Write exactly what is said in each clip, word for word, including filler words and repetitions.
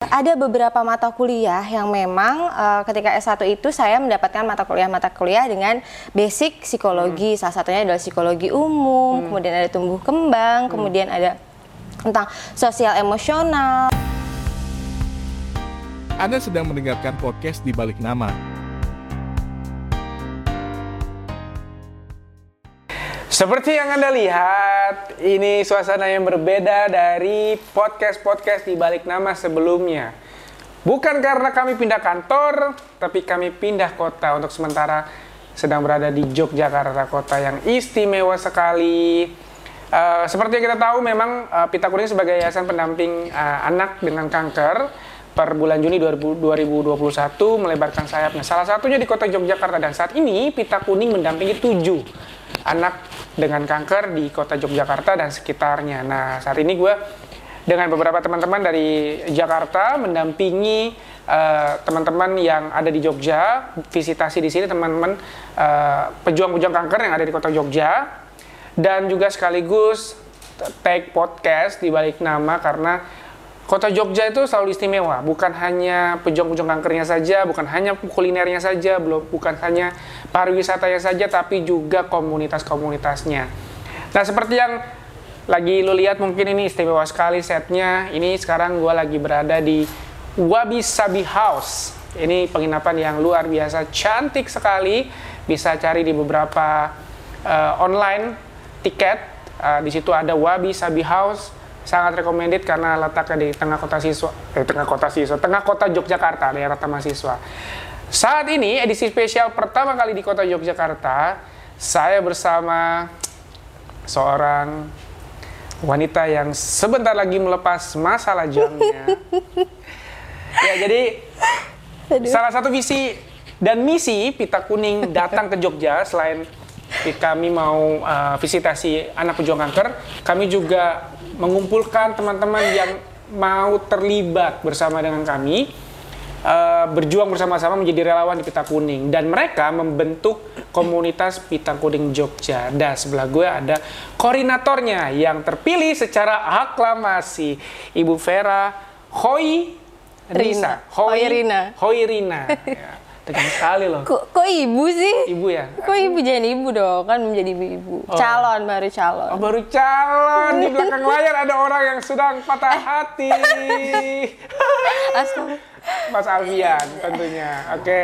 ada beberapa mata kuliah yang memang uh, ketika S satu itu saya mendapatkan mata kuliah-mata kuliah dengan basic psikologi. Hmm. Salah satunya adalah psikologi umum, hmm. kemudian ada tumbuh kembang, hmm. kemudian ada tentang sosial emosional. Anda sedang mendengarkan podcast Di Balik Nama. Seperti yang Anda lihat, ini suasana yang berbeda dari podcast-podcast Di Balik Nama sebelumnya. Bukan karena kami pindah kantor, tapi kami pindah kota untuk sementara sedang berada di Yogyakarta, kota yang istimewa sekali. Uh, seperti yang kita tahu, memang uh, Pita Kuning sebagai yayasan pendamping uh, anak dengan kanker per bulan Juni dua ribu dua puluh satu melebarkan sayapnya. Salah satunya di kota Yogyakarta, dan saat ini Pita Kuning mendampingi tujuh anak dengan kanker di kota Yogyakarta dan sekitarnya. Nah, saat ini gue dengan beberapa teman-teman dari Jakarta mendampingi uh, teman-teman yang ada di Jogja, visitasi di sini teman-teman uh, pejuang-pejuang kanker yang ada di kota Jogja, dan juga sekaligus take podcast Di Balik Nama karena kota Jogja itu selalu istimewa, bukan hanya pejuang-pejuang kankernya saja, bukan hanya kulinernya saja, belum bukan hanya pariwisatanya saja, tapi juga komunitas-komunitasnya. Nah, seperti yang lagi lo lihat, mungkin ini istimewa sekali setnya. Ini sekarang gue lagi berada di Wabi Sabi House. Ini penginapan yang luar biasa, cantik sekali. Bisa cari di beberapa uh, online tiket. Uh, di situ ada Wabi Sabi House. Sangat recommended karena letaknya di tengah kota siswa, eh, tengah kota siswa, tengah kota Yogyakarta, daerah Taman Siswa. Saat ini edisi spesial pertama kali di kota Yogyakarta, saya bersama seorang wanita yang sebentar lagi melepas masa lajangnya. Ya, jadi Aduh. Salah satu visi dan misi Pita Kuning datang ke Jogja, selain kami mau uh, visitasi anak pejuang kanker, kami juga mengumpulkan teman-teman yang mau terlibat bersama dengan kami, uh, berjuang bersama-sama menjadi relawan di Pita Kuning, dan mereka membentuk komunitas Pita Kuning Jogja. Dan sebelah gue ada koordinatornya yang terpilih secara aklamasi, Ibu Vera Hoi Rina. Hoi Rina. Hoi Rina. Ya. Tegang sekali loh. Kok, kok ibu sih? Ibu ya? Kok ibu, jangan ibu dong, kan menjadi ibu. Oh. Calon, baru calon. Oh, baru calon. Di belakang layar ada orang yang sedang patah hati. Astaga. Mas Alfian tentunya. Oke.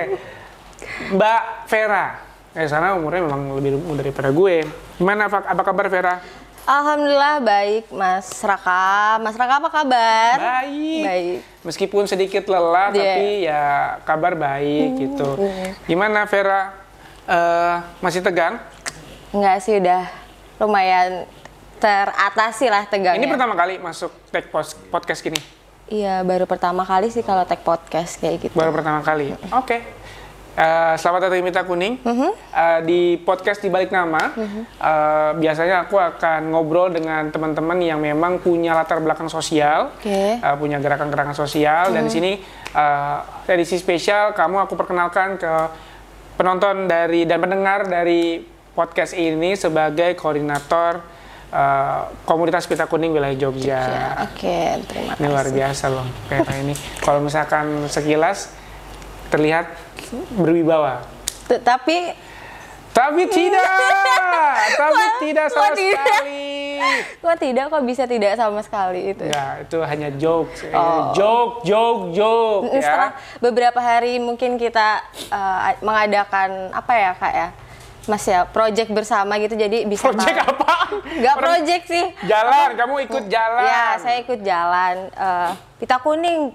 Mbak Vera. Eh, sana umurnya memang lebih muda daripada gue. Gimana, apa kabar Vera? Alhamdulillah baik, Mas Raka. Mas Raka apa kabar? Baik. Baik. Meskipun sedikit lelah, yeah. tapi ya kabar baik hmm, gitu. Yeah. Gimana Vera? Uh, masih tegang? Enggak sih, udah lumayan teratasi lah tegangnya. Ini pertama kali masuk take podcast gini? Iya, baru pertama kali sih kalau take podcast kayak gitu. Baru pertama kali? Oke. Okay. Uh, selamat datang di Pita Kuning. Uh-huh. uh, di podcast Di Balik Nama. Uh-huh. uh, biasanya aku akan ngobrol dengan teman-teman yang memang punya latar belakang sosial, okay. uh, punya gerakan-gerakan sosial. Uh-huh. Dan di sini uh, edisi spesial kamu aku perkenalkan ke penonton dari dan pendengar dari podcast ini sebagai koordinator uh, komunitas Pita Kuning wilayah Jogja. Oke, okay, terima kasih. Ini luar biasa loh kayak ini. Kalau misalkan sekilas terlihat berwibawa. Tapi tapi tidak. tapi Wah, tidak sama sekali. Kok tidak? Kok bisa tidak sama sekali itu? Ya, itu hanya joke. Oh. Joke, joke, joke. Setelah ya. beberapa hari mungkin kita uh, mengadakan apa ya, Kak ya? Mas ya, project bersama gitu, jadi bisa project tahu. Apa? Gak project sih. Jalan, kamu ikut jalan. Ya, saya ikut jalan. Uh, Pita Kuning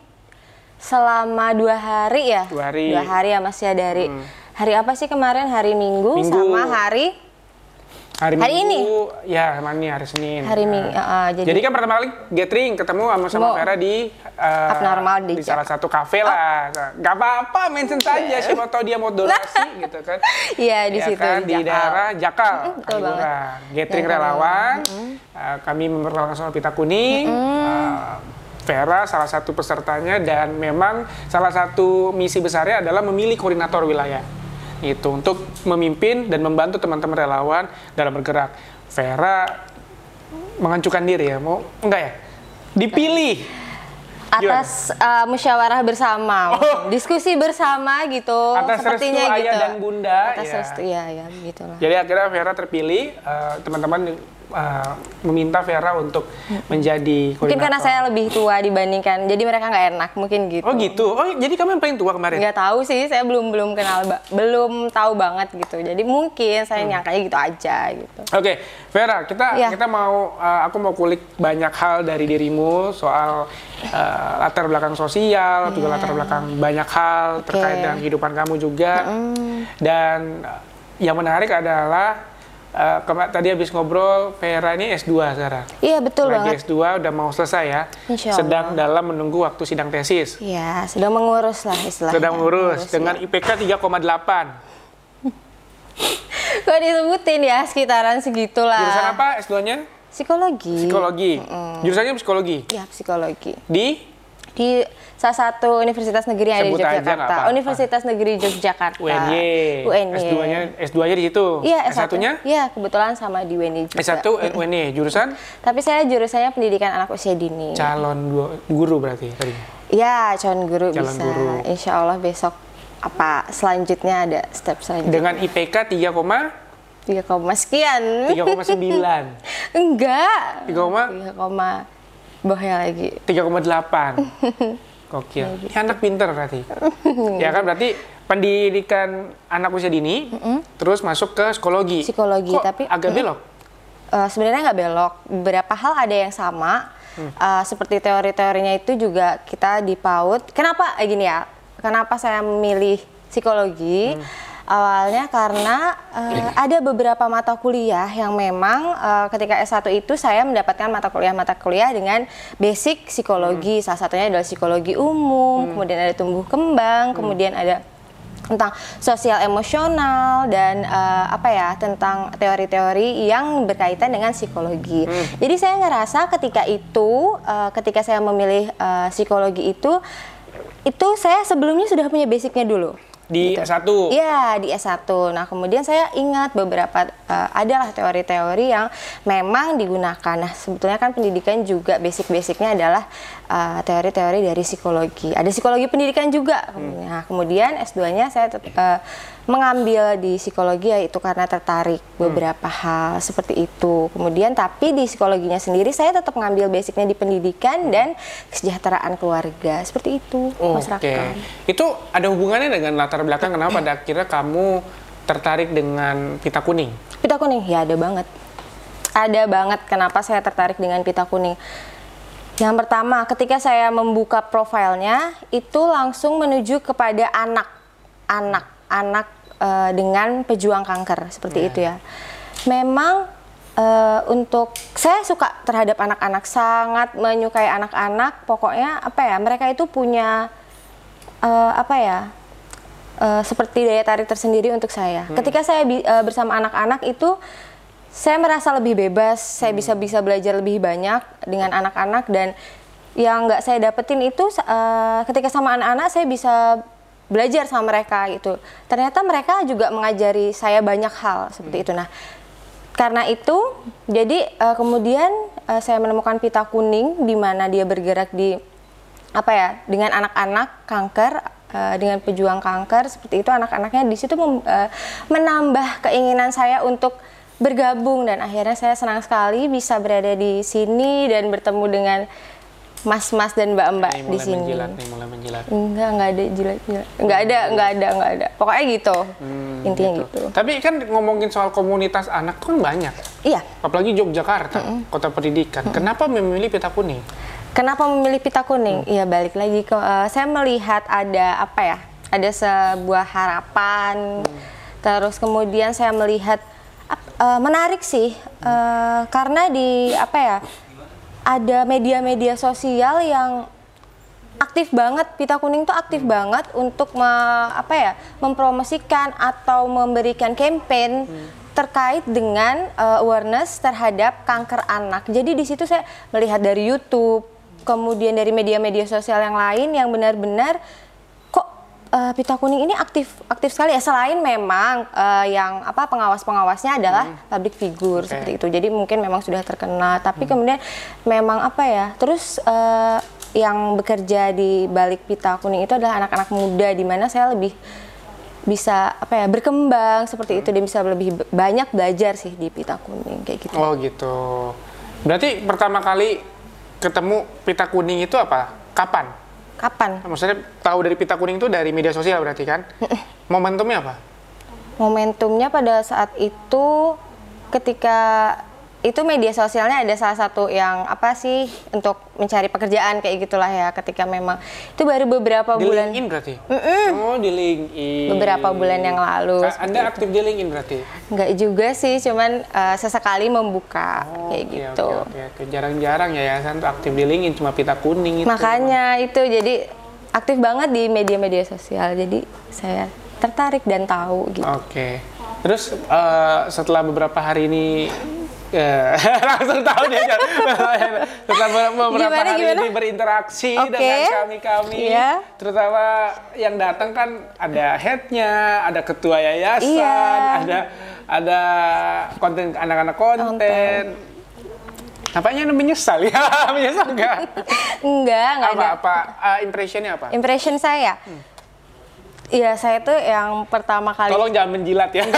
selama dua hari ya, dua hari, dua hari ya Mas ya, dari hmm. hari apa sih kemarin, hari Minggu, Minggu. sama hari hari, hari Minggu, ini ya mana nih hari Senin. Hari Minggu. Uh, uh, jadi, jadi kan pertama kali gathering ketemu sama sama Vera di uh, abnormal di, di salah satu kafe oh. lah. Gak apa-apa, mention saja siapa tahu dia mau donasi gitu kan. Iya di ya situ kan, di, di daerah Jakal. Mm-hmm, betul banget. Gathering ya, relawan. Mm-hmm. Uh, kami memperkenalkan soal Pita Kuning. Mm-hmm. Uh, Vera salah satu pesertanya, dan memang salah satu misi besarnya adalah memilih koordinator wilayah itu untuk memimpin dan membantu teman-teman relawan dalam bergerak. Vera mengajukan diri ya, mau enggak ya? Dipilih atas uh, musyawarah bersama, Oh. diskusi bersama gitu, Atas sepertinya restu gitu. ayah dan bunda, Atas ya. restu, ya, ya, begitulah. Jadi akhirnya Vera terpilih, uh, teman-teman uh, meminta Vera untuk menjadi koordinator. Mungkin karena saya lebih tua dibandingkan, jadi mereka nggak enak, mungkin gitu. Oh gitu. Oh jadi kamu yang paling tua kemarin? Nggak tahu sih, saya belum belum kenal, ba- belum tahu banget gitu. Jadi mungkin saya nyangkanya gitu aja gitu. Oke, Vera, kita Iya. kita mau uh, aku mau kulik banyak hal dari dirimu soal uh, latar belakang sosial, juga latar belakang banyak hal Oke. terkait dengan kehidupan kamu juga. Dan uh, yang menarik adalah uh, kema- tadi habis ngobrol, Vera ini S dua sekarang. Iya betul Lagi banget. S dua udah mau selesai ya. Insya Allah. Sedang dalam menunggu waktu sidang tesis. Iya, sedang mengurus lah istilahnya. Sedang mengurus dengan ya. I P K tiga koma delapan. Kok disebutin ya sekitaran segitulah. Jurusan apa S dua-nya? Psikologi. Psikologi. Jurusannya psikologi. Ya, psikologi. Di Di salah satu universitas negeri yang ada di Sebut aja, nggak Yogyakarta. apa-apa. Universitas Negeri Yogyakarta. U N Y. U N Y. S dua-nya S dua-nya di situ. Iya, S satu-nya? Iya, kebetulan sama di U N Y juga. S satu U N Y. Jurusan Tapi saya jurusannya pendidikan anak usia dini. calon dua- guru berarti tadi. Iya, calon guru Calon bisa. guru. Insya Allah besok apa selanjutnya ada step selanjutnya. Dengan I P K tiga koma tiga koma sekian. sembilan. Enggak. tiga koma tiga koma bohnya lagi. tiga koma delapan. Gokil. Ini anak pinter berarti. Ya kan berarti pendidikan anak usia dini, terus masuk ke psikologi. Psikologi, Kok tapi agak belok. Uh, sebenarnya nggak belok. Beberapa hal ada yang sama. Uh, seperti teori-teorinya itu juga kita dipaut. Kenapa eh, gini ya? Kenapa saya memilih psikologi? Awalnya karena uh, ada beberapa mata kuliah yang memang uh, ketika S satu itu saya mendapatkan mata kuliah-mata kuliah dengan basic psikologi. Salah satunya adalah psikologi umum, kemudian ada tumbuh kembang, kemudian ada tentang sosial emosional dan uh, apa ya tentang teori-teori yang berkaitan dengan psikologi. Jadi saya ngerasa ketika itu, uh, ketika saya memilih uh, psikologi itu, itu saya sebelumnya sudah punya basicnya dulu. Di S satu. Iya, di S satu. Nah, kemudian saya ingat beberapa uh, adalah teori-teori yang memang digunakan. Nah, sebetulnya kan pendidikan juga basic-basicnya adalah uh, teori-teori dari psikologi. Ada psikologi pendidikan juga. Hmm. Nah, kemudian S dua-nya saya tet- uh, mengambil di psikologi yaitu karena tertarik beberapa hmm. hal seperti itu. Kemudian tapi di psikologinya sendiri saya tetap mengambil basicnya di pendidikan hmm. dan kesejahteraan keluarga. Seperti itu, Oh, Mas Oke. Rakam. Itu ada hubungannya dengan latar belakang kenapa pada akhirnya kamu tertarik dengan pita kuning? Pita kuning, ya ada banget. Ada banget kenapa saya tertarik dengan pita kuning. Yang pertama, ketika saya membuka profilnya, itu langsung menuju kepada anak. Anak, anak uh, dengan pejuang kanker, seperti Yeah. itu ya. Memang uh, untuk, saya suka terhadap anak-anak, sangat menyukai anak-anak, pokoknya apa ya, mereka itu punya, uh, apa ya, uh, seperti daya tarik tersendiri untuk saya. Hmm. Ketika saya bi- uh, bersama anak-anak itu, saya merasa lebih bebas, saya bisa bisa belajar lebih banyak dengan anak-anak dan yang nggak saya dapetin itu uh, ketika sama anak-anak saya bisa belajar sama mereka gitu. Ternyata mereka juga mengajari saya banyak hal seperti itu. Nah, karena itu jadi uh, kemudian uh, saya menemukan pita kuning di mana dia bergerak di apa ya dengan anak-anak kanker. Uh, dengan pejuang kanker seperti itu anak-anaknya di situ mem, uh, menambah keinginan saya untuk bergabung dan akhirnya saya senang sekali bisa berada di sini dan bertemu dengan mas-mas dan mbak-mbak Ini di mulai sini. menjilat nih, mulai menjilat. Enggak, enggak ada jilat-jilat. Enggak ada, enggak ada, enggak ada. Pokoknya gitu. Hmm, Intinya gitu. Tapi kan ngomongin soal komunitas anak kan banyak. Iya. Apalagi Yogyakarta, kota pendidikan. Kenapa memilih pita kuning? Kenapa memilih pita kuning? Iya, balik lagi ke uh, saya melihat ada apa ya? Ada sebuah harapan. Terus kemudian saya melihat uh, menarik sih uh, karena di apa ya? Ada media-media sosial yang aktif banget, pita kuning tuh aktif banget untuk me, apa ya, mempromosikan atau memberikan campaign terkait dengan uh, awareness terhadap kanker anak. Jadi di situ saya melihat dari YouTube, kemudian dari media-media sosial yang lain yang benar-benar kok uh, pita kuning ini aktif aktif sekali ya. Selain memang uh, yang apa pengawas-pengawasnya adalah hmm. public figure okay. seperti itu. Jadi mungkin memang sudah terkenal, tapi hmm. kemudian memang apa ya? Terus uh, yang bekerja di balik Pita Kuning itu adalah anak-anak muda, di mana saya lebih bisa apa ya berkembang seperti itu, dan bisa lebih banyak belajar sih di Pita Kuning kayak gitu. Oh gitu. Berarti pertama kali ketemu Pita Kuning itu apa? Kapan? Kapan? Maksudnya tahu dari Pita Kuning itu dari media sosial berarti kan? Momentumnya apa? Momentumnya pada saat itu ketika itu media sosialnya ada salah satu yang apa sih untuk mencari pekerjaan kayak gitulah ya, ketika memang itu baru beberapa di bulan. LinkedIn berarti? Mm-mm. Oh di LinkedIn. Beberapa bulan yang lalu. Anda aktif di LinkedIn berarti? Enggak juga sih, cuman uh, sesekali membuka oh, kayak okay, gitu. Oke okay, okay. Jarang-jarang yayasan tuh aktif di LinkedIn, cuma Pita Kuning itu. Makanya itu jadi aktif banget di media-media sosial, jadi saya tertarik dan tahu gitu. Oke. Okay. Terus uh, setelah beberapa hari ini Ya, langsung tahu dia setelah beberapa gimana, hari gimana? ini berinteraksi okay. dengan kami-kami, yeah. terutama yang datang kan ada headnya, ada ketua yayasan, yeah. ada ada konten anak-anak konten. Apanya menyesal ya? Menyesal nggak? Enggak, enggak apa, ada. Apa? Uh, impressionnya apa? Impression saya? Iya, hmm. saya tuh yang pertama kali. Tolong jangan menjilat ya.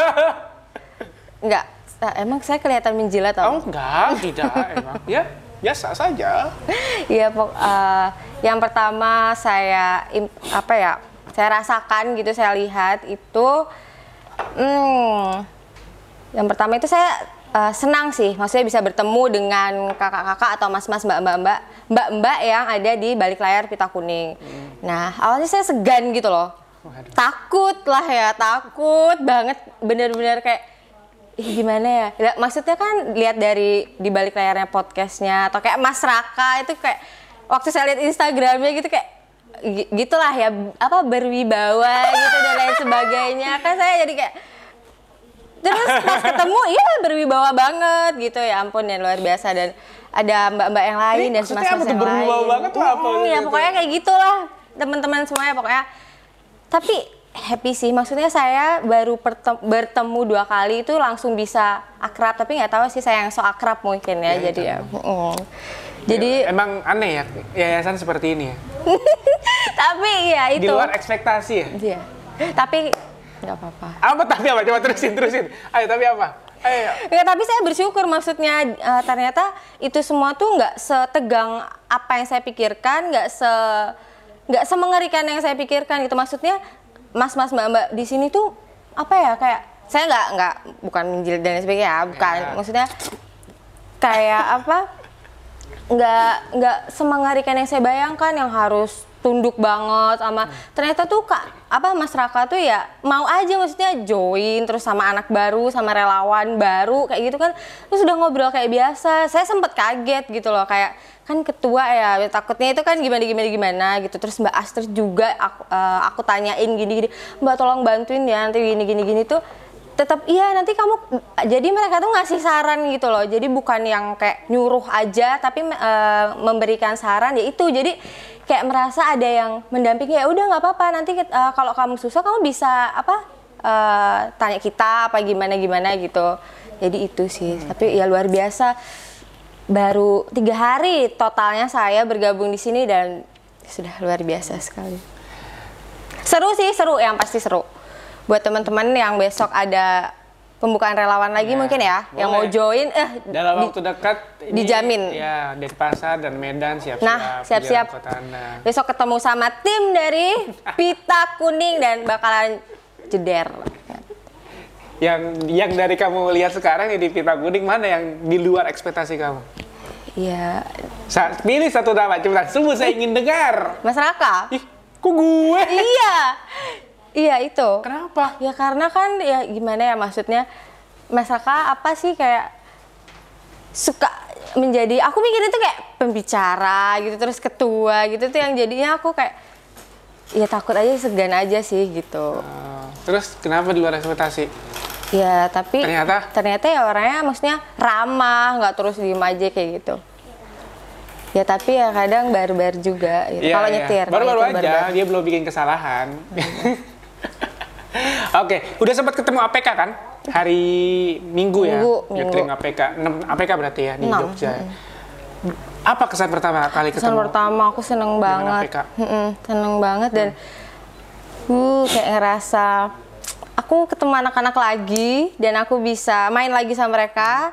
Enggak. Nah, emang saya kelihatan menjilat atau? Oh enggak, tidak emang. Ya, biasa saja. Iya, uh, yang pertama saya apa ya? Saya rasakan gitu, saya lihat itu, hmm, yang pertama itu saya uh, senang sih, maksudnya bisa bertemu dengan kakak-kakak atau mas-mas, mbak-mbak, mbak-mbak yang ada di balik layar Pita Kuning. Hmm. Nah, awalnya saya segan gitu loh, Waduh. takut lah ya, takut banget, bener-bener kayak. Ih, gimana ya? Maksudnya kan lihat dari di balik layarnya podcastnya atau kayak Mas Raka itu kayak waktu saya lihat Instagramnya gitu kayak gitulah ya, apa berwibawa gitu dan lain sebagainya, kan saya jadi kayak terus pas ketemu iya berwibawa banget gitu, ya ampun ya luar biasa, dan ada mbak-mbak yang lain Ini dan mas-mas yang lain. berwibawa banget tuh apa? Hmm, ya pokoknya kayak gitulah teman-teman semuanya pokoknya. Tapi happy sih, maksudnya saya baru bertemu dua kali itu langsung bisa akrab, tapi nggak tahu sih saya yang so akrab mungkin ya, ya jadi ya. Mm. Jadi emang aneh ya yayasan seperti ini ya. Tapi ya itu. Di luar ekspektasi ya. Iya. Tapi nggak apa-apa. Apa tapi apa? Coba terusin terusin. Ayo tapi apa? Ayo. Ya, tapi saya bersyukur, maksudnya uh, ternyata itu semua tuh nggak setegang apa yang saya pikirkan, nggak se nggak semengerikan yang saya pikirkan gitu, maksudnya. Mas-mas mbak-mbak di sini tuh apa ya, kayak saya nggak nggak bukan menjilat dan sebagainya ya, bukan ya. Maksudnya kayak apa, nggak nggak semengerikan yang saya bayangkan, yang harus tunduk banget sama hmm. ternyata tuh kak apa Mas Raka tuh ya mau aja, maksudnya join terus sama anak baru, sama relawan baru kayak gitu kan, terus udah ngobrol kayak biasa. Saya sempet kaget gitu loh, kayak kan ketua ya, takutnya itu kan gimana gimana gimana gitu. Terus Mbak Astrid juga aku, uh, aku tanyain gini gini, Mbak tolong bantuin ya nanti gini gini gini tuh tetap iya nanti kamu, jadi mereka tuh ngasih saran gitu loh, jadi bukan yang kayak nyuruh aja, tapi uh, memberikan saran ya itu, jadi kayak merasa ada yang mendampingi, ya udah nggak apa-apa nanti uh, kalau kamu susah kamu bisa apa uh, tanya kita apa gimana gimana gitu. Jadi itu sih, hmm. tapi ya luar biasa. Baru tiga hari totalnya saya bergabung di sini dan sudah luar biasa sekali. Seru sih, seru, yang pasti seru. Buat teman-teman yang besok ada pembukaan relawan lagi ya, mungkin ya, boleh. Yang mau join, eh dalam waktu di, dekat ini, dijamin. Ya, Denpasar dan Medan siap-siap. Nah, siap-siap. Besok ketemu sama tim dari Pita Kuning dan bakalan jeder. Yang yang dari kamu lihat sekarang di Pita Kuning, mana yang di luar ekspektasi kamu? Iya. Sa- pilih satu nama, cepetan. Semua saya ingin dengar. Mas Raka. Ih, kok gue? Iya. Iya itu. Kenapa? Ya karena kan ya gimana ya, maksudnya Mas Raka apa sih kayak suka menjadi, aku mikir itu kayak pembicara gitu, terus ketua gitu tuh yang jadinya aku kayak ya takut aja, segan aja sih gitu. Uh, terus kenapa di luar ekspektasi? Ya tapi ternyata ternyata ya orangnya maksudnya ramah, nggak terus diem aja kayak gitu. Ya tapi ya kadang barbar juga gitu. Ya, Kalau ya. nyetir. Baru-baru aja, barbar. Dia belum bikin kesalahan. Oke, okay. Udah sempat ketemu A P K kan? Hari Minggu, Minggu ya? Minggu. Gathering A P K, enam A P K berarti ya di enam. Jogja. Hmm. Apa kesan pertama kali ketemu? Kesan pertama aku seneng banget, Mm-mm, seneng banget dan hmm. uh kayak ngerasa aku ketemu anak-anak lagi dan aku bisa main lagi sama mereka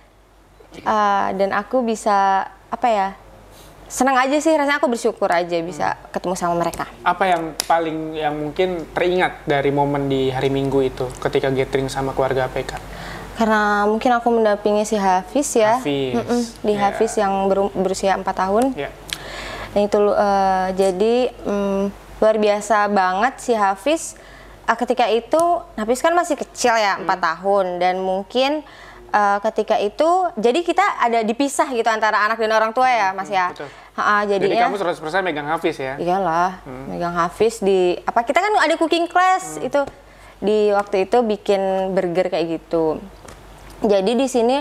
uh, dan aku bisa apa ya seneng aja sih rasanya, aku bersyukur aja bisa hmm. ketemu sama mereka. Apa yang paling yang mungkin teringat dari momen di hari Minggu itu ketika gathering sama keluarga A P K? Karena mungkin aku mendampingi si Hafiz ya, Hafiz. di yeah. Hafiz yang ber, berusia empat tahun. Yeah. Dan itu uh, jadi um, luar biasa banget si Hafiz. Uh, ketika itu Hafiz kan masih kecil ya, empat hmm. tahun, dan mungkin uh, ketika itu jadi kita ada dipisah gitu antara anak dan orang tua ya, Mas ya. Betul. Ha, jadinya, jadi kamu seratus persen megang Hafiz ya? Iyalah, hmm. megang Hafiz di apa kita kan ada cooking class hmm. itu di waktu itu bikin burger kayak gitu. Jadi di sini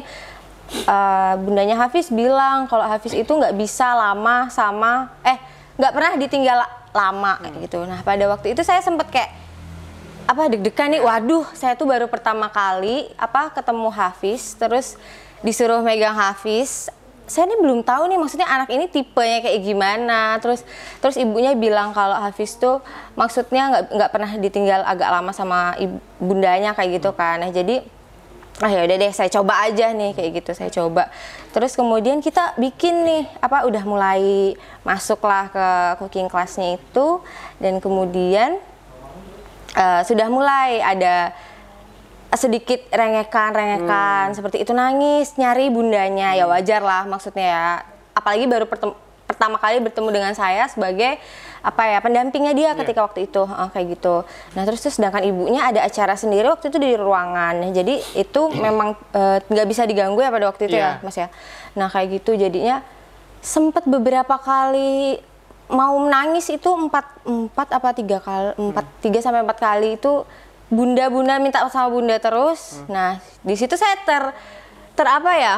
uh, bundanya Hafiz bilang kalau Hafiz itu nggak bisa lama sama eh nggak pernah ditinggal lama hmm. gitu. Nah pada waktu itu saya sempet kayak apa deg-degan nih, waduh saya tuh baru pertama kali apa ketemu Hafiz terus disuruh megang Hafiz. Saya ini belum tahu nih maksudnya anak ini tipenya kayak gimana. Terus terus ibunya bilang kalau Hafiz tuh maksudnya nggak nggak pernah ditinggal agak lama sama ibu, bundanya kayak gitu kan. Nah jadi ah ya udah deh saya coba aja nih kayak gitu, saya coba. Terus kemudian kita bikin nih apa udah mulai masuklah ke cooking classnya itu dan kemudian uh, sudah mulai ada sedikit rengekan-rengekan hmm. seperti itu, nangis nyari bundanya. hmm. Ya wajar lah maksudnya ya, apalagi baru pertem- pertama kali bertemu dengan saya sebagai apa ya pendampingnya dia yeah. ketika waktu itu uh, kayak gitu. Nah terus tuh sedangkan ibunya ada acara sendiri waktu itu di ruangan, jadi itu memang nggak uh, bisa diganggu ya pada waktu itu yeah. ya Mas ya. Nah kayak gitu jadinya sempet beberapa kali mau menangis itu empat empat apa tiga kali empat hmm. tiga sampai empat kali itu bunda-bunda minta sama bunda terus. hmm. Nah di situ saya ter ter apa ya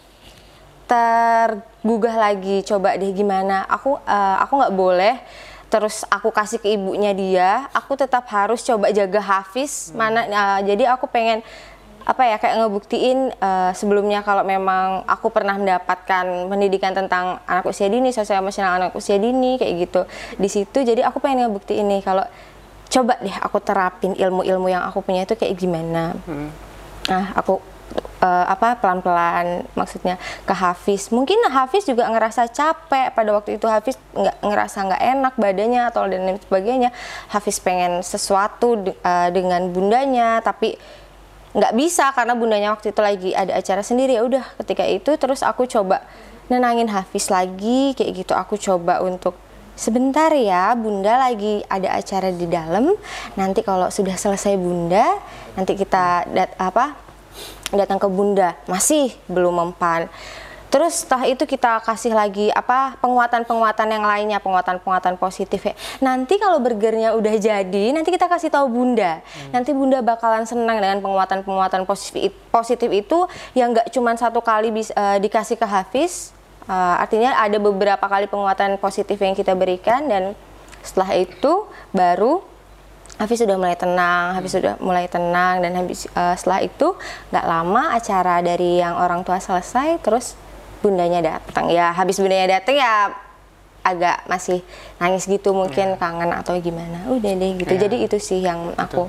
tergugah lagi, coba deh gimana aku uh, aku nggak boleh terus aku kasih ke ibunya dia, aku tetap harus coba jaga Hafiz. hmm. mana uh, jadi aku pengen apa ya kayak ngebuktiin uh, sebelumnya kalau memang aku pernah mendapatkan pendidikan tentang anak usia dini, sosial emosional anak usia dini kayak gitu di situ. Jadi aku pengen ngebuktiin nih kalau coba deh aku terapin ilmu-ilmu yang aku punya itu kayak gimana. hmm. Nah aku uh, apa pelan-pelan maksudnya ke Hafiz. Mungkin Hafiz juga ngerasa capek pada waktu itu, Hafiz nggak ngerasa nggak enak badannya atau dan lain sebagainya. Hafiz pengen sesuatu de- uh, dengan bundanya tapi nggak bisa karena bundanya waktu itu lagi ada acara sendiri. Ya udah ketika itu terus aku coba nenangin Hafiz lagi kayak gitu. Aku coba untuk sebentar ya, bunda lagi ada acara di dalam. Nanti kalau sudah selesai bunda, nanti kita dat apa datang ke bunda. Masih belum mempan. Terus setelah itu kita kasih lagi apa penguatan-penguatan yang lainnya, penguatan-penguatan positif. Ya. Nanti kalau burgernya udah jadi, nanti kita kasih tahu bunda. Hmm. Nanti bunda bakalan senang dengan penguatan-penguatan positif, positif itu yang nggak cuma satu kali bisa, uh, dikasih ke Hafiz. Uh, artinya ada beberapa kali penguatan positif yang kita berikan dan setelah itu baru Hafiz sudah mulai tenang, Hafiz sudah mulai tenang dan habis uh, setelah itu nggak lama acara dari yang orang tua selesai terus bundanya datang. Ya habis bundanya datang ya agak masih nangis gitu mungkin yeah. kangen atau gimana. Udah deh gitu. Yeah. Jadi itu sih yang aku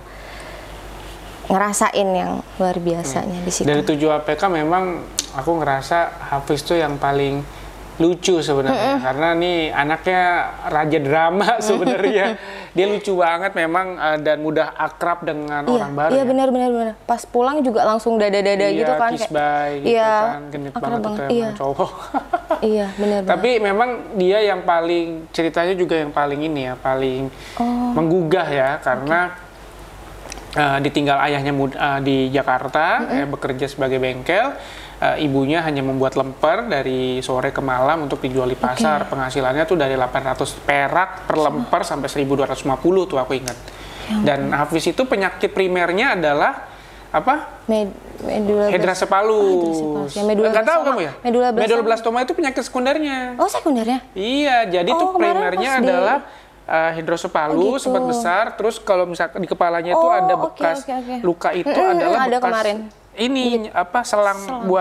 Betul. ngerasain yang luar biasanya hmm. di situ. Dari tujuh A P K memang aku ngerasa Hafiz tuh yang paling lucu sebenarnya, mm-hmm. karena nih anaknya raja drama sebenarnya. Dia lucu banget memang uh, dan mudah akrab dengan iya, orang baru. Iya ya? benar benar benar. Pas pulang juga langsung dada-dada iya, gitu kan kiss bye, gitu iya, kan. Genit banget bang, itu iya. emang cowok. Iya benar benar. Tapi memang dia yang paling ceritanya juga yang paling ini ya, paling oh. menggugah ya karena okay. uh, ditinggal ayahnya uh, di Jakarta, mm-hmm. eh, bekerja sebagai bengkel. Uh, ibunya hanya membuat lemper dari sore ke malam untuk dijual di pasar. Okay. Penghasilannya tuh dari delapan ratus perak per lemper so. sampai seribu dua ratus lima puluh tuh aku ingat. Ya, dan Hafiz itu penyakit primernya adalah apa? Med medula hidrosepalus. Oh, ya, Enggak tahu kamu ya? Medula Medulloblastoma itu penyakit sekundernya. Oh, sekundernya? Iya, jadi oh, tuh primernya adalah uh, hidrosepalus oh, gitu. sempat besar, terus kalau misalkan di kepalanya itu oh, ada bekas okay, okay, okay. luka itu mm, adalah ada bekas kemarin. ini apa selang, selang buat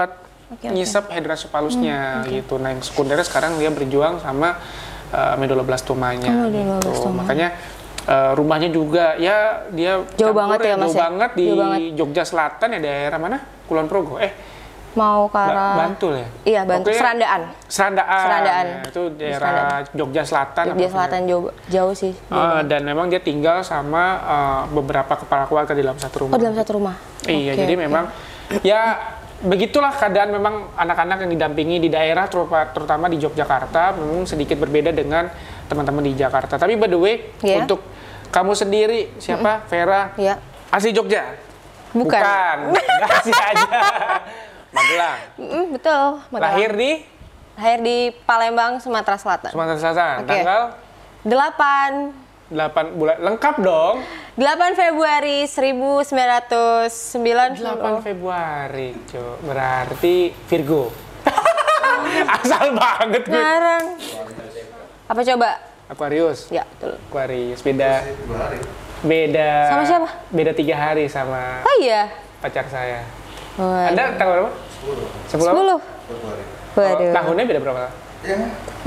okay, ngisep okay. hydrocephalusnya hmm, okay. gitu. Nah yang sekundernya sekarang dia berjuang sama uh, meduloblastomanya. Oh, gitu. medulloblastoma. Makanya uh, rumahnya juga ya dia jauh banget ya, Mas jauh ya? banget di jauh banget. Jogja Selatan ya, daerah mana? Kulon Progo. Eh mau ke arah Bantul ya? Iya, Bantul. Serandaan. Serandaan. Serandaan. Ya, itu daerah Jogja Selatan. Jogja Selatan jauh, jauh sih. Uh, dan memang dia tinggal sama uh, beberapa kepala keluarga di dalam satu rumah. Oh, dalam satu rumah. Iya, okay, jadi okay. memang ya begitulah keadaan memang anak-anak yang didampingi di daerah terutama di Yogyakarta memang sedikit berbeda dengan teman-teman di Jakarta. Tapi by the way, yeah. untuk kamu sendiri siapa? Mm-hmm. Vera? Yeah. Asli Jogja? Bukan. Bukan. Asli aja. Magelang. Mm, betul. Magelang. Lahir di? Lahir di Palembang, Sumatera Selatan. Sumatera Selatan. Okay. Tanggal? delapan. delapan bulan. Lengkap dong. delapan Februari seribu sembilan ratus sembilan puluh. delapan Februari, Cuk. Berarti Virgo. Asal banget gue. Ngarang. Apa coba? Aquarius. Ya, betul. Aquarius. Beda. Beda. Sama siapa? Beda tiga hari sama Oh iya. pacar saya. Oh, Anda tanggal berapa? sepuluh. Sepuluh. sepuluh. Waduh. Oh, tahunnya beda berapa? Ya.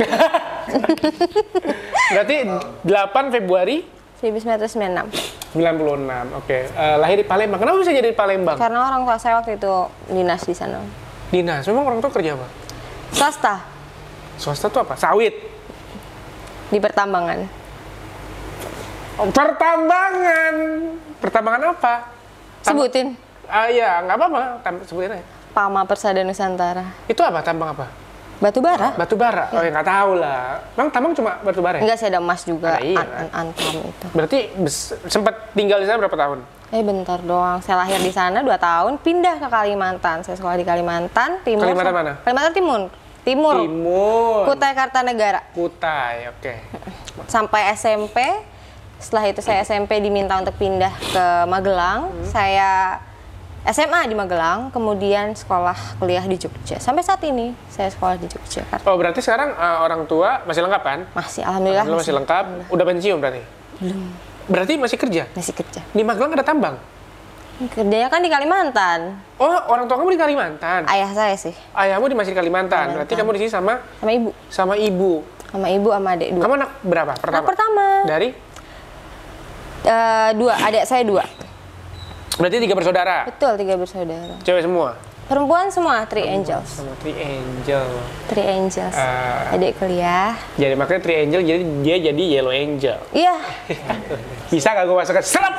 Berarti delapan Februari seribu sembilan ratus sembilan puluh enam. sembilan puluh enam. Oke. Uh, lahir di Palembang. Kenapa bisa jadi di Palembang? Karena orang tua saya waktu itu dinas di sana. Dinas. Memang orang tua kerja apa? Swasta. Swasta tuh apa? Sawit. Di pertambangan. Oh, pertambangan. Pertambangan apa? Tam- Sebutin. Ah iya, nggak apa-apa. Tam- sebutin aja. Pama Persada Nusantara. Itu apa? Tambang apa? Batu bara? Batu bara. Oh ya nggak tahu lah. Memang tambang cuma batu bara ya? Enggak sih, ada emas juga. Ada, iya. An an antam itu. Berarti bes- sempat tinggal di sana berapa tahun? Eh bentar doang. Saya lahir di sana dua tahun, pindah ke Kalimantan. Saya sekolah di Kalimantan Timur. Kalimantan mana? Kalimantan Timur. Timur. Timur. Kutai Kartanegara. Kutai, oke. Sampai S M P. Setelah itu saya S M P diminta untuk pindah ke Magelang. Hmm. Saya S M A di Magelang, kemudian sekolah kuliah di Jogja. Sampai saat ini saya sekolah di Jogja. Oh berarti sekarang uh, orang tua masih lengkap kan? Masih, alhamdulillah. Alhamdulillah masih lengkap. Alhamdulillah. Udah pensiun berarti? Belum. Berarti masih kerja? Masih kerja. Di Magelang ada tambang? Kerjanya kan di Kalimantan. Oh orang tua kamu di Kalimantan? Ayah saya sih. Ayahmu di masih di Kalimantan. Kalimantan. Berarti kamu di sini sama? Sama ibu. Sama ibu. Sama ibu sama adik dua. Kamu anak berapa? Pertama? Anak pertama. Dari? Uh, dua, adik saya dua. Berarti tiga bersaudara? Betul, tiga bersaudara. Cewek semua? Perempuan semua, Three Perempuan Angels. Sama Three Angel. Three Angels. Uh, Adik kuliah. Jadi makanya Three Angel, jadi dia jadi Yellow Angel. Iya. Bisa gak gue masukkan? Serap!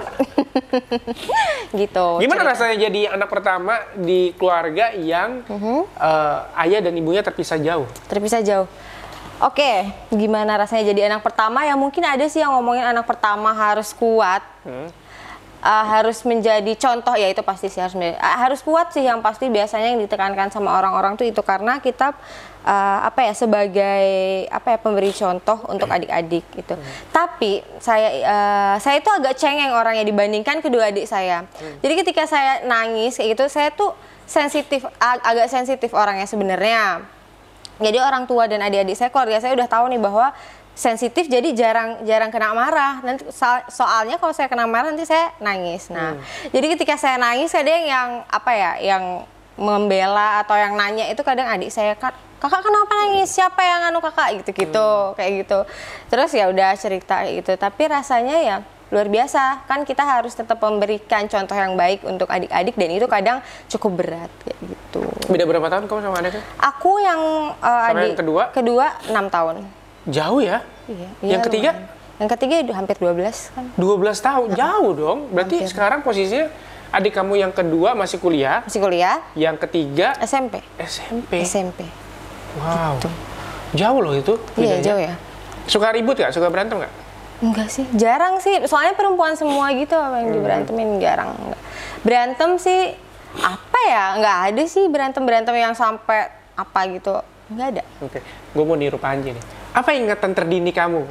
Gitu. Gimana cerita. rasanya jadi anak pertama di keluarga yang Mhm. uh, ayah dan ibunya terpisah jauh? Terpisah jauh. Oke, gimana rasanya jadi anak pertama? Ya mungkin ada sih yang ngomongin anak pertama harus kuat, Hmm. uh, harus menjadi contoh. Ya itu pasti sih harus menjadi, uh, harus kuat sih yang pasti biasanya yang ditekankan sama orang-orang tuh itu karena kita uh, apa ya sebagai apa ya pemberi contoh untuk adik-adik gitu. Hmm. Tapi saya uh, saya itu agak cengeng orangnya dibandingkan kedua adik saya. Hmm. Jadi ketika saya nangis kayak gitu, saya tuh sensitif, ag agak sensitif orangnya sebenarnya. Jadi orang tua dan adik-adik saya, keluarga saya udah tahu nih bahwa sensitif, jadi jarang jarang kena marah. Nanti soalnya kalau saya kena marah nanti saya nangis. Nah, hmm. jadi ketika saya nangis kadang yang apa ya, yang membela atau yang nanya itu kadang adik saya, Kak, kakak kenapa nangis? Siapa yang anu kakak? Gitu-gitu, hmm. kayak gitu. Terus ya udah cerita gitu. Tapi rasanya ya luar biasa, kan kita harus tetap memberikan contoh yang baik untuk adik-adik dan itu kadang cukup berat kayak gitu. Beda berapa tahun kamu sama adiknya? Aku yang uh, sama adik yang kedua? Kedua enam tahun. Jauh ya? Iya. Yang iya, ketiga? lumayan. Yang ketiga udah hampir dua belas kan. dua belas tahun, jauh dong. Berarti Hampir. sekarang posisinya adik kamu yang kedua masih kuliah, Masih kuliah, yang ketiga S M P. S M P. S M P. Wow. Jauh loh itu. Iya, bedanya. jauh ya. Suka ribut nggak? Suka berantem nggak? Enggak sih, jarang sih. Soalnya perempuan semua gitu apa yang diberantemin jarang. Enggak. Berantem sih apa ya? Enggak ada sih berantem-berantem yang sampai apa gitu. Enggak ada. Oke, gue mau niru Panji nih. Apa ingatan terdini kamu?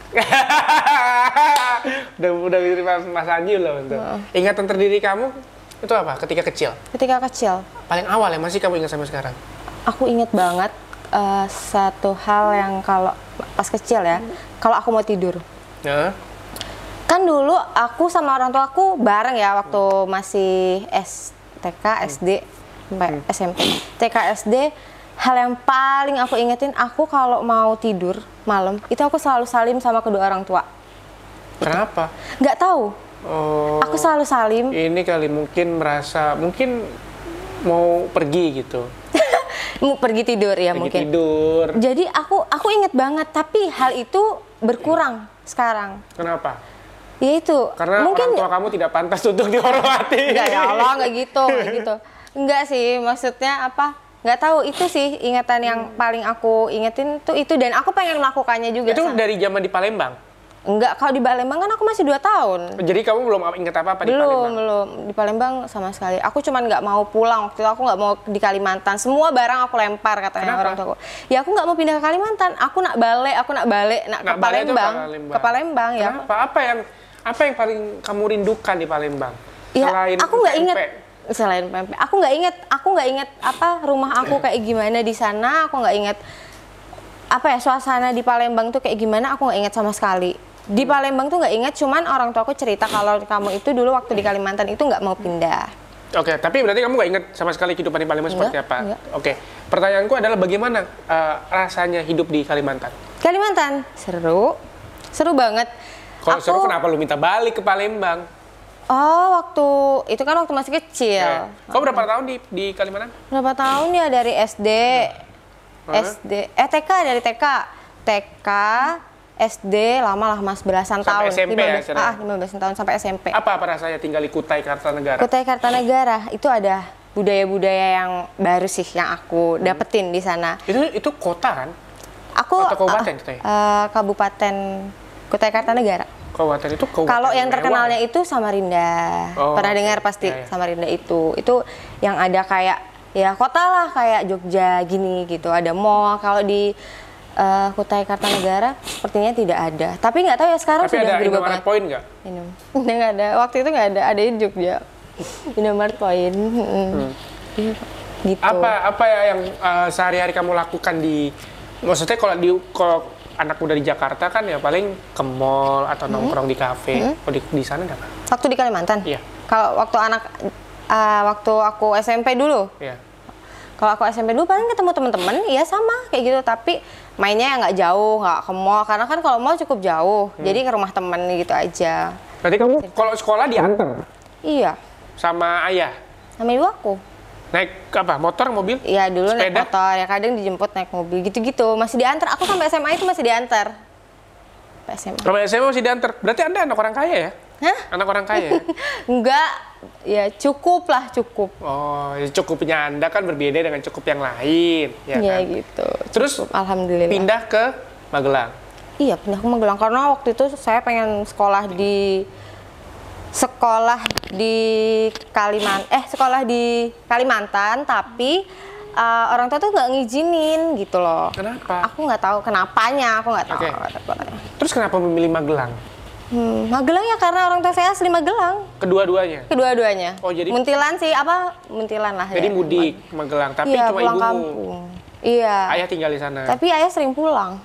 udah udah mirip Mas Anji loh untuk. Uh. Ingatan terdini kamu itu apa? Ketika kecil? Ketika kecil. Paling awal ya masih kamu ingat sampai sekarang? Aku ingat banget uh, satu hal yang kalau pas kecil ya, kalau aku mau tidur. Ya. Kan dulu aku sama orang tua aku bareng ya waktu masih S T K, S D. sampai hmm. S M P. T K S D hal yang paling aku ingetin, aku kalau mau tidur malam itu aku selalu salim sama kedua orang tua. Kenapa? Nggak tahu. Oh. Aku selalu salim. Ini kali mungkin merasa mungkin mau pergi gitu. Mau pergi tidur ya pergi mungkin. tidur. Jadi aku aku inget banget, tapi hal itu berkurang sekarang. Kenapa? Ya itu. Karena mungkin, orang tua kamu tidak pantas untuk dihormati. Enggak ya Allah, enggak gitu, enggak gitu. Enggak sih, maksudnya apa? Nggak tahu, itu sih ingatan yang paling aku ingetin tuh itu, dan aku pengen melakukannya juga. Itu sama. dari zaman di Palembang? Enggak, kalau di Palembang kan aku masih dua tahun. Jadi kamu belum inget apa-apa di belum, Palembang? Belum, belum. Di Palembang sama sekali. Aku cuman nggak mau pulang waktu itu, aku nggak mau di Kalimantan. Semua barang aku lempar katanya. Kenapa? Orang tua aku. Ya aku nggak mau pindah ke Kalimantan. Aku nak balik, aku nak balik, nak, nak ke Palembang. Palembang. Ke Palembang ya. Kenapa? Apa yang apa yang paling kamu rindukan di Palembang? Ya, selain aku nggak inget. P. Selain pempek, aku nggak inget, aku nggak inget apa rumah aku kayak gimana di sana. Aku nggak inget apa ya suasana di Palembang tuh kayak gimana. Aku nggak inget sama sekali. Di Palembang tuh nggak inget, cuman orang tua aku cerita kalau kamu itu dulu waktu di Kalimantan itu nggak mau pindah. Oke, tapi berarti kamu nggak inget sama sekali kehidupan di Palembang enggak, seperti apa? Enggak. Oke, pertanyaanku adalah bagaimana uh, rasanya hidup di Kalimantan? Kalimantan seru, seru banget. Kalau aku, seru kenapa lu minta balik ke Palembang? Oh, waktu itu kan waktu masih kecil. Ya. Kau berapa tahun di di Kalimantan? Berapa tahun ya, dari S D, Nah. S D, eh T K, dari T K, T K, S D, lama lah mas, belasan Sampai tahun. S M P lima belas, ya? Ah, lima belas tahun sampai S M P. Apa apa rasanya tinggal di Kutai Kartanegara? Kutai Kartanegara itu ada budaya-budaya yang baru sih yang aku dapetin di sana. Itu itu kota kan? Aku Atau kabupaten, uh, Kutai? uh, Kabupaten Kutai Kartanegara. Kabupaten itu kabupaten. Kalau yang mewah. terkenalnya itu Samarinda. Oh, Pernah oke. dengar pasti Ya, ya. Samarinda itu. Itu yang ada kayak ya kota lah kayak Jogja gini gitu. Ada mall. Kalau di uh, Kutai Kartanegara sepertinya tidak ada. Tapi nggak tahu ya sekarang Tapi sudah ada berubah Indomaret banget. Point nggak? Minum. Nggak ada. Waktu itu nggak ada. Ada di Jogja. Indomaret Point. Hmm. Gitu. Apa apa ya yang uh, sehari-hari kamu lakukan di, maksudnya kalau di kalau anak muda di Jakarta kan ya paling ke mall atau nongkrong di kafe. Hmm. Kalau di, di sana ada apa? Waktu di Kalimantan? Iya. Kalau waktu anak uh, waktu aku S M P dulu. Iya. Kalau aku S M P dulu paling ketemu teman-teman, iya sama kayak gitu, tapi mainnya yang nggak jauh, nggak ke mall, karena kan kalau mall cukup jauh, hmm. jadi ke rumah temen gitu aja. Berarti kamu kalau sekolah diantar Iya, sama ayah? sama ibu aku. Naik apa? Motor, mobil? Iya dulu naik Sepeda? motor, ya kadang dijemput naik mobil gitu-gitu, masih diantar. Aku sampai S M A itu masih diantar. Sampai S M A. Sampai S M A masih diantar. Berarti Anda anak orang kaya ya? Hah? Anak orang kaya ya? Enggak, ya cukup lah cukup. Oh, ya cukupnya Anda kan berbeda dengan cukup yang lain, ya Iya kan? gitu. Terus cukup, alhamdulillah. pindah ke Magelang. Iya pindah ke Magelang karena waktu itu saya pengen sekolah di sekolah di Kalimantan, eh sekolah di Kalimantan, tapi uh, orang tua tuh nggak ngizinin gitu loh. Kenapa? Aku nggak tahu kenapanya, aku nggak tahu. Oke. Okay. Terus kenapa memilih Magelang? Hmm, Magelang ya karena orang tua saya asli Magelang. Kedua-duanya? Kedua-duanya. Oh, jadi- Muntilan sih, apa Muntilan lah. Jadi ya. mudik Magelang, tapi Iya, cuma pulang ibumu. kampung. Iya. Ayah tinggal di sana. Tapi ayah sering pulang.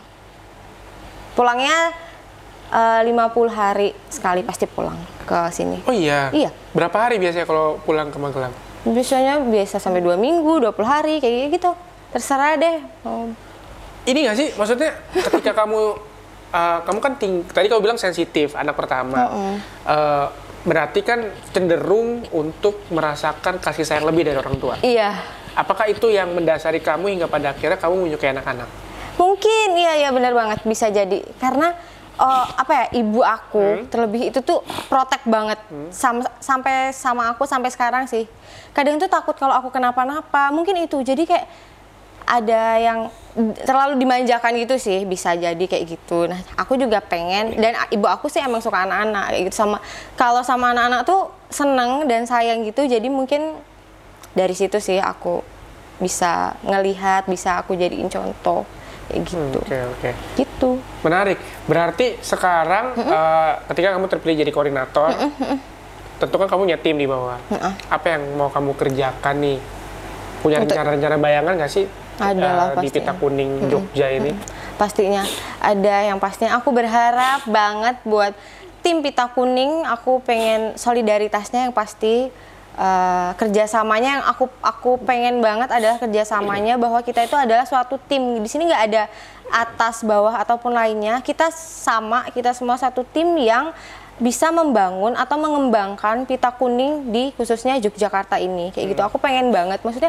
Pulangnya uh, lima puluh hari sekali pasti pulang ke sini. Oh iya? Iya. Berapa hari biasanya kalau pulang ke Magelang? Biasanya biasa sampai dua minggu, dua puluh hari kayak gitu. Terserah deh. Oh. Ini nggak sih, maksudnya ketika kamu, uh, kamu kan ting tadi kamu bilang sensitif, anak pertama. Uh-uh. Uh, berarti kan cenderung untuk merasakan kasih sayang lebih dari orang tua. Iya. Apakah itu yang mendasari kamu hingga pada akhirnya kamu menyukai anak-anak? Mungkin, iya, iya benar banget. Bisa jadi. Karena, oh, apa ya, ibu aku Hmm. terlebih itu tuh protek banget. Sam sampai sama aku sampai sekarang sih. Kadang tuh takut kalau aku kenapa-napa. Mungkin itu. Jadi kayak ada yang terlalu dimanjakan gitu sih, bisa jadi kayak gitu. Nah, aku juga pengen, dan ibu aku sih emang suka anak-anak kayak gitu. Sama kalau sama anak-anak tuh seneng dan sayang gitu, jadi mungkin dari situ sih aku bisa ngelihat, bisa aku jadiin contoh kayak gitu. Oke, oke. Gitu. Menarik. Berarti sekarang uh, ketika kamu terpilih jadi koordinator, tentu kan kamu punya tim di bawah. Mm-mm. Apa yang mau kamu kerjakan nih? Punya Untuk- rencana-rencana bayangan nggak sih? Ada lah uh, di pastinya. Pita Kuning Jogja ini? Pastinya ada, yang pastinya aku berharap banget buat tim Pita Kuning. Aku pengen solidaritasnya yang pasti uh, kerjasamanya yang aku aku pengen banget adalah kerjasamanya bahwa kita itu adalah suatu tim. Di sini nggak ada atas, bawah ataupun lainnya. Kita sama, kita semua satu tim yang bisa membangun atau mengembangkan Pita Kuning di khususnya Yogyakarta ini. Kayak gitu. Aku pengen banget. Maksudnya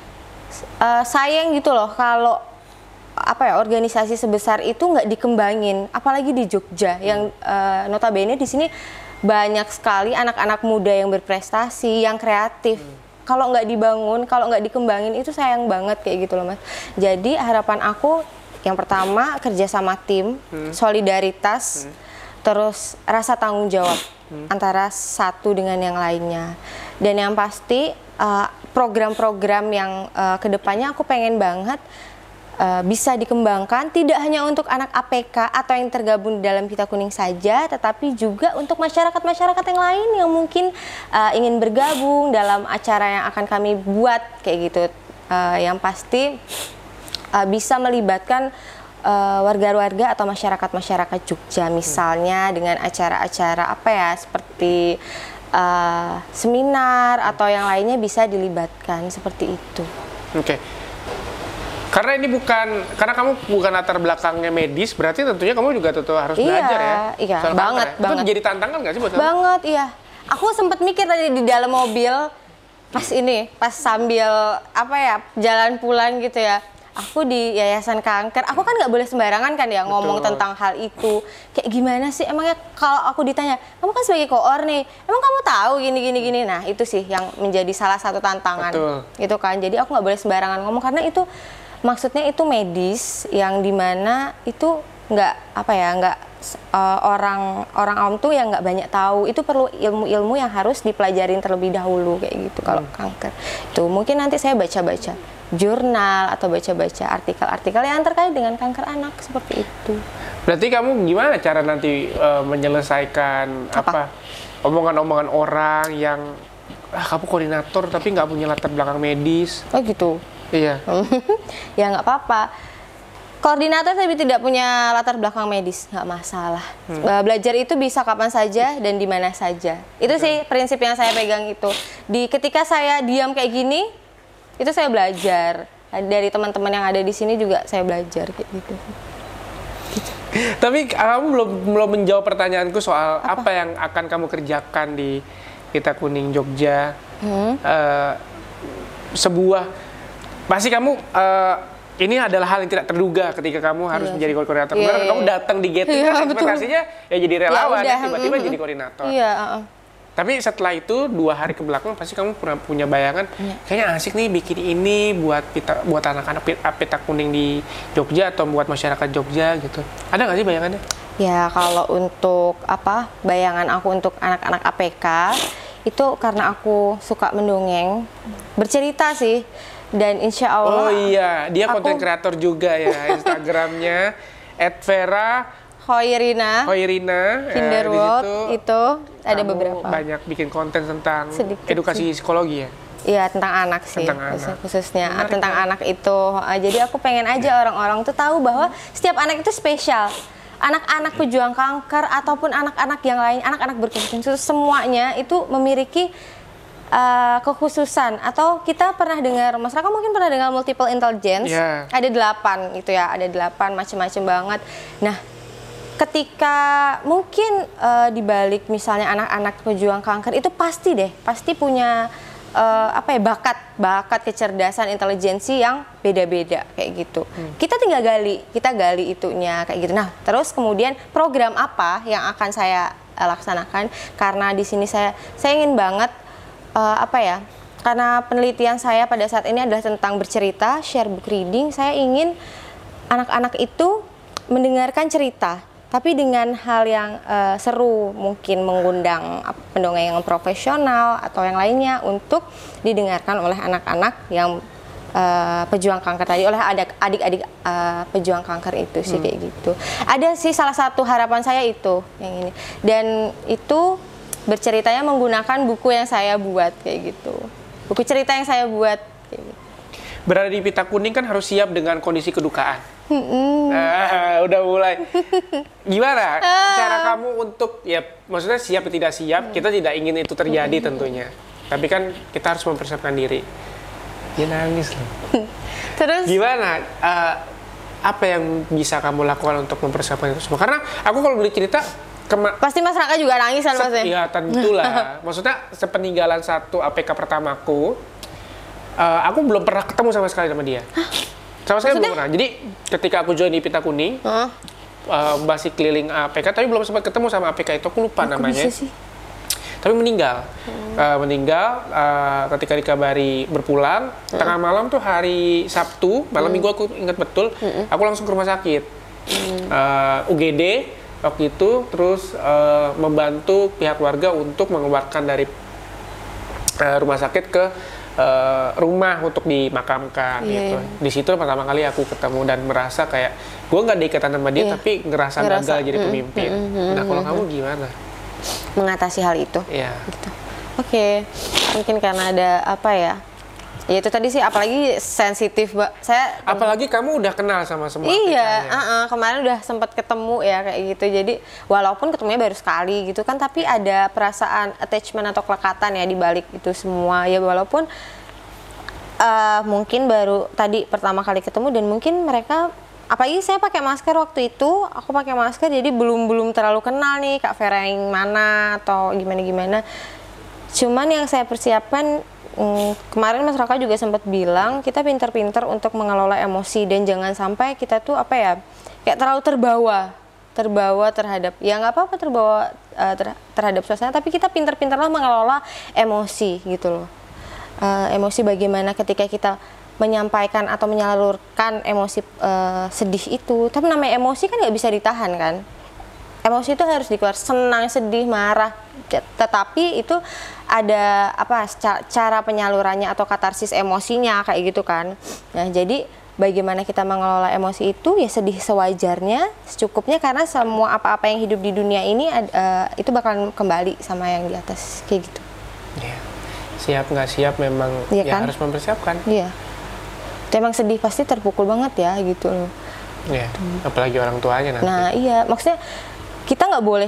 uh, sayang gitu loh kalau apa ya organisasi sebesar itu nggak dikembangin, apalagi di Jogja yang uh, notabene di sini banyak sekali anak-anak muda yang berprestasi, yang kreatif. Hmm. Kalau nggak dibangun, kalau nggak dikembangin itu sayang banget kayak gitu loh Mas. Jadi harapan aku yang pertama kerja sama tim, hmm. solidaritas, hmm. terus rasa tanggung jawab hmm. antara satu dengan yang lainnya. Dan yang pasti uh, program-program yang uh, kedepannya aku pengen banget Uh, bisa dikembangkan tidak hanya untuk anak A P K atau yang tergabung di dalam Pita Kuning saja, tetapi juga untuk masyarakat-masyarakat yang lain yang mungkin uh, ingin bergabung dalam acara yang akan kami buat kayak gitu. Uh, yang pasti uh, bisa melibatkan uh, warga-warga atau masyarakat-masyarakat Jogja, misalnya dengan acara-acara apa ya seperti uh, seminar atau yang lainnya bisa dilibatkan seperti itu. Oke. Okay. Karena ini bukan, karena kamu bukan latar belakangnya medis, berarti tentunya kamu juga tentu harus iya, belajar ya. Iya, soal banget, kanker, ya. banget. Itu jadi tantangan nggak sih buat kamu? Banget, iya. Aku sempat mikir tadi di dalam mobil, pas ini, pas sambil apa ya, jalan pulang gitu ya. Aku di Yayasan Kanker, aku kan nggak boleh sembarangan kan ya. Betul. Ngomong tentang hal itu. Kayak gimana sih, emangnya kalau aku ditanya, kamu kan sebagai koor nih, emang kamu tahu gini-gini gini. Nah itu sih yang menjadi salah satu tantangan. Betul. Itu kan, jadi aku nggak boleh sembarangan ngomong, karena itu maksudnya itu medis yang dimana itu nggak apa ya nggak uh, orang orang awam tuh yang nggak banyak tahu, itu perlu ilmu-ilmu yang harus dipelajarin terlebih dahulu kayak gitu. Kalau hmm. kanker itu mungkin nanti saya baca-baca jurnal atau baca-baca artikel-artikel yang terkait dengan kanker anak seperti itu. Berarti kamu gimana cara nanti uh, menyelesaikan apa? apa omongan-omongan orang yang ah, kamu koordinator tapi nggak punya latar belakang medis? Oh gitu. Iya. Ya nggak apa-apa. Koordinator tapi tidak punya latar belakang medis, nggak masalah. Hmm. Belajar itu bisa kapan saja dan di mana saja. Itu sih prinsip yang saya pegang itu. Di ketika saya diam kayak gini, itu saya belajar. Dari teman-teman yang ada di sini juga saya belajar kayak gitu. Gitu. Tapi kamu belum belum menjawab pertanyaanku soal apa, apa yang akan kamu kerjakan di Pita Kuning Jogja. Hmm. Uh, sebuah pasti kamu uh, ini adalah hal yang tidak terduga ketika kamu harus iya. menjadi koordinator. Iya, iya. Kamu datang di gathering iya, kan ekspektasinya ya jadi relawan, ya, ya tiba-tiba mm-hmm. jadi koordinator. Iya, uh-uh. Tapi setelah itu dua hari ke belakang pasti kamu pernah punya bayangan, iya. kayaknya asik nih bikin ini buat pita, buat anak-anak Pita Kuning di Jogja atau buat masyarakat Jogja gitu. Ada nggak sih bayangannya? Ya kalau untuk apa bayangan aku untuk anak-anak A P K itu karena aku suka mendongeng, bercerita sih. Dan insya Allah. Oh iya, dia konten kreator juga ya, Instagramnya at Vera Hoirina. Hoirina. Kinderworld ya, itu ada beberapa. Banyak bikin konten tentang sedikit edukasi sih. Psikologi ya. Iya tentang anak sih, tentang anak. khususnya Menarik, tentang ya. anak itu. Jadi aku pengen aja orang-orang tuh tahu bahwa setiap anak itu spesial. Anak-anak pejuang kanker ataupun anak-anak yang lain, anak-anak berkebutuhan semuanya itu memiliki Uh, kekhususan. Atau kita pernah dengar, masyarakat mungkin pernah dengar multiple intelligence, yeah. ada delapan itu ya, ada delapan macam-macam banget. Nah, ketika mungkin uh, dibalik misalnya anak-anak pejuang kanker itu pasti deh, pasti punya uh, apa ya bakat, bakat kecerdasan, intelijensi yang beda-beda kayak gitu. Hmm. Kita tinggal gali, kita gali itunya kayak gitu. Nah, terus kemudian program apa yang akan saya uh, laksanakan? Karena di sini saya saya ingin banget Uh, apa ya, karena penelitian saya pada saat ini adalah tentang bercerita, share book reading. Saya ingin anak-anak itu mendengarkan cerita, tapi dengan hal yang uh, seru, mungkin mengundang pendongeng yang profesional atau yang lainnya untuk didengarkan oleh anak-anak yang uh, pejuang kanker tadi, oleh adik-adik uh, pejuang kanker itu sih hmm. kayak gitu. Ada sih salah satu harapan saya itu yang ini, dan itu berceritanya menggunakan buku yang saya buat kayak gitu, buku cerita yang saya buat kayak gitu. Berada di Pita Kuning kan harus siap dengan kondisi kedukaan. Hmm. Nah, udah mulai. Gimana cara kamu untuk ya maksudnya siap atau tidak siap? Kita tidak ingin itu terjadi tentunya. tapi kan kita harus mempersiapkan diri. Dia nangis loh. Terus Gimana? Uh, apa yang bisa kamu lakukan untuk mempersiapkan itu semua? Karena aku kalau boleh cerita, kema- pasti Mas Raka juga nangis kan Mas? se- ya tentulah. Maksudnya sepeninggalan satu A P K pertamaku, uh, aku belum pernah ketemu sama sekali sama dia. Sama sekali belum pernah. Jadi ketika aku join di Pita Kuning, Huh? uh, masih keliling A P K, tapi belum sempat ketemu sama A P K itu. Aku lupa Kok namanya. bisa sih? Tapi meninggal, hmm. uh, meninggal uh, ketika dikabari berpulang hmm. tengah malam tuh hari Sabtu malam hmm. minggu aku ingat betul, hmm. aku langsung ke rumah sakit hmm. uh, U G D waktu itu, terus uh, membantu pihak warga untuk mengeluarkan dari uh, rumah sakit ke uh, rumah untuk dimakamkan yeah, gitu. Yeah. Di situ pertama kali aku ketemu dan merasa kayak gue nggak ada ikatan sama dia, yeah. tapi ngerasa, ngerasa gagal jadi mm, pemimpin. Mm, mm, nah kalau mm, kamu gimana? Mengatasi hal itu. Iya. Gitu. Oke, okay. Mungkin karena ada apa ya? Ya itu tadi sih, apalagi sensitif, Mbak. Saya apalagi kamu udah kenal sama semua. Iya, uh -uh, kemarin udah sempat ketemu ya kayak gitu. Jadi walaupun ketemunya baru sekali gitu kan, tapi ada perasaan attachment atau kelekatan ya di balik itu semua. Ya walaupun uh, mungkin baru tadi pertama kali ketemu dan mungkin mereka, apalagi saya pakai masker waktu itu, aku pakai masker jadi belum belum terlalu kenal nih Kak Vera yang mana atau gimana gimana. Cuman yang saya persiapkan hmm, kemarin Mas Raka juga sempat bilang kita pinter-pinter untuk mengelola emosi dan jangan sampai kita tuh apa ya kayak terlalu terbawa terbawa terhadap ya nggak apa-apa terbawa uh, ter, terhadap suasana, tapi kita pinter-pinterlah mengelola emosi gitu loh. Uh, emosi bagaimana ketika kita menyampaikan atau menyalurkan emosi uh, sedih itu, tapi namanya emosi kan nggak bisa ditahan kan, emosi itu harus dikeluar, senang, sedih, marah, tetapi itu ada apa cara penyalurannya atau katarsis emosinya kayak gitu kan. Nah jadi bagaimana kita mengelola emosi itu ya sedih sewajarnya, secukupnya, karena semua apa-apa yang hidup di dunia ini uh, itu bakalan kembali sama yang di atas kayak gitu. Yeah. Siap nggak siap memang ya, ya kan? Harus mempersiapkan. Iya. Emang sedih pasti terpukul banget ya gitu loh. Iya, apalagi orang tuanya nanti. Nah iya, maksudnya kita nggak boleh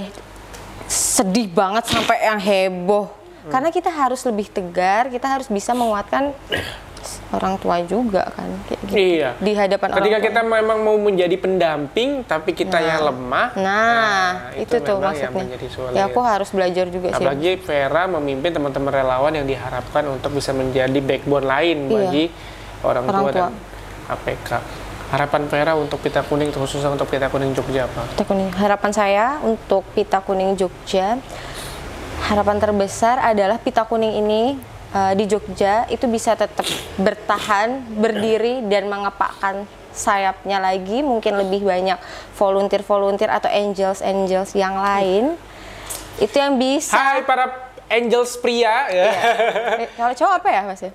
sedih banget sampai yang heboh. Hmm. Karena kita harus lebih tegar, kita harus bisa menguatkan orang tua juga kan. Kayak gitu. Iya. Di hadapan orang tua. Ketika kita memang mau menjadi pendamping, tapi kita nah. yang lemah. Nah, nah itu, itu tuh maksudnya. Ya aku harus belajar juga sih. Apalagi Vera memimpin teman-teman relawan yang diharapkan untuk bisa menjadi backbone lain iya. bagi orang, orang tua, tua dan A P K. Harapan Vera untuk Pita Kuning, khususnya untuk Pita Kuning Jogja apa? Pita Kuning. Harapan saya untuk Pita Kuning Jogja, harapan terbesar adalah Pita Kuning ini uh, di Jogja itu bisa tetap bertahan, berdiri dan mengepakkan sayapnya lagi, mungkin lebih banyak volunteer-volunteer atau angels-angels yang lain. Itu yang bisa. Hai para angels pria. Ya. Eh, kalau cowok apa ya Mas ya?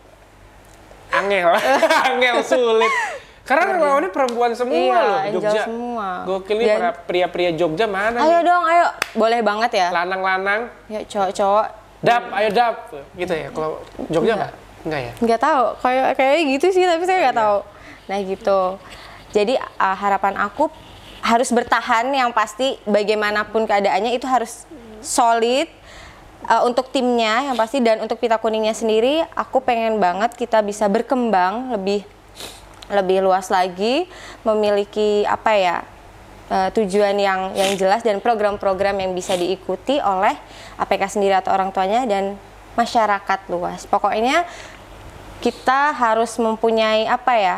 Angel, angel sulit. Karena relawannya perempuan semua iya, loh, Jogja. Semua. Gokil nih para pria-pria Jogja mana ayo nih? dong, ayo. Boleh banget ya. Lanang-lanang. Ya cowok-cowok. Dap, ayo dap. Gitu ya. Kalau Jogja nggak? Nggak ya? Nggak tahu. Kayak kayak gitu sih, tapi saya nggak tahu. Nah gitu. Jadi uh, harapan aku harus bertahan, yang pasti bagaimanapun keadaannya itu harus solid. Uh, untuk timnya yang pasti, dan untuk Pita Kuningnya sendiri aku pengen banget kita bisa berkembang lebih lebih luas lagi, memiliki apa ya uh, tujuan yang yang jelas dan program-program yang bisa diikuti oleh A P K sendiri atau orang tuanya dan masyarakat luas. Pokoknya kita harus mempunyai apa ya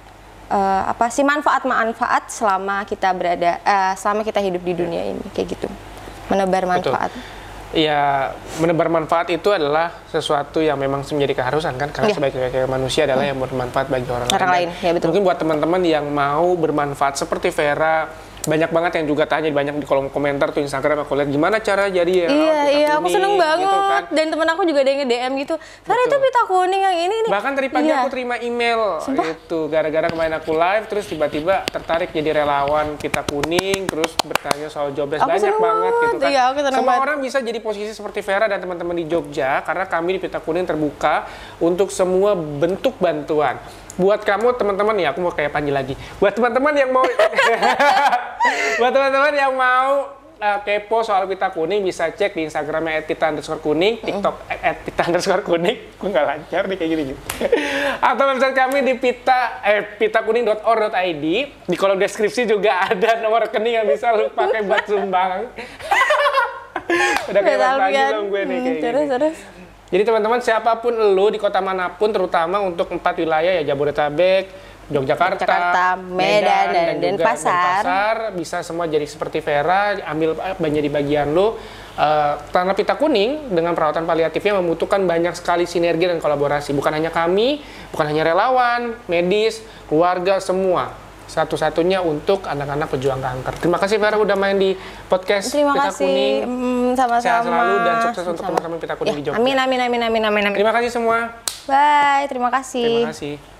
uh, apa sih manfaat-manfaat selama kita berada uh, selama kita hidup di dunia ini kayak gitu, menebar manfaat. Betul. Ya, menebar manfaat itu adalah sesuatu yang memang menjadi keharusan kan, karena ya. sebagai manusia adalah yang bermanfaat bagi orang, orang lain. lain. Ya, betul. Mungkin buat teman-teman yang mau bermanfaat seperti Vera, banyak banget yang juga tanya, banyak di kolom komentar tuh Instagram aku lihat gimana cara jadi ya. Iya, iya, aku seneng banget. Gitu kan. Dan temen aku juga ada yang nge-D M gitu, Vera itu Pita Kuning yang ini nih. Bahkan tadi pagi iya. aku terima email gitu, gara-gara kemarin aku live terus tiba-tiba tertarik jadi relawan Pita Kuning, terus bertanya soal jobdesk, banyak banget, banget gitu kan. Iya, semua banget. Orang bisa jadi posisi seperti Vera dan teman-teman di Jogja karena kami di Pita Kuning terbuka untuk semua bentuk bantuan. Buat kamu teman-teman ya, aku mau kayak Panji lagi. Buat teman-teman yang mau buat teman-teman yang mau uh, kepo soal pita kuning bisa cek di Instagramnya et pita underscore kuning, TikTok et pita underscore kuning. Gue nggak lancar nih kayak gini. Atau website kami di pita eh pitakuning dot or dot i d. Di kolom deskripsi juga ada nomor rekening yang bisa lu pakai buat sumbang. Udah kayak lagi dong gue nih kayak hmm, terus, gini. terus. Jadi teman-teman siapapun lu di kota manapun, terutama untuk empat wilayah ya Jabodetabek, Yogyakarta, Jakarta, Medan, dan, dan, dan juga Pasar. Denpasar, bisa semua jadi seperti Vera, ambil menjadi bagian lu. Uh, Tanah Pita Kuning dengan perawatan paliatifnya membutuhkan banyak sekali sinergi dan kolaborasi. Bukan hanya kami, bukan hanya relawan, medis, keluarga, semua. Satu-satunya untuk anak-anak pejuang kanker. Terima kasih Vera udah main di podcast Terima Pita kasih. Kuning. Hmm, sama-sama. Sehat selalu dan sukses untuk Sama-sama. teman-teman Pita Kuning Ya, di Jogja. amin, amin, amin, amin, amin, amin. Terima kasih semua. Bye, terima kasih. Terima kasih.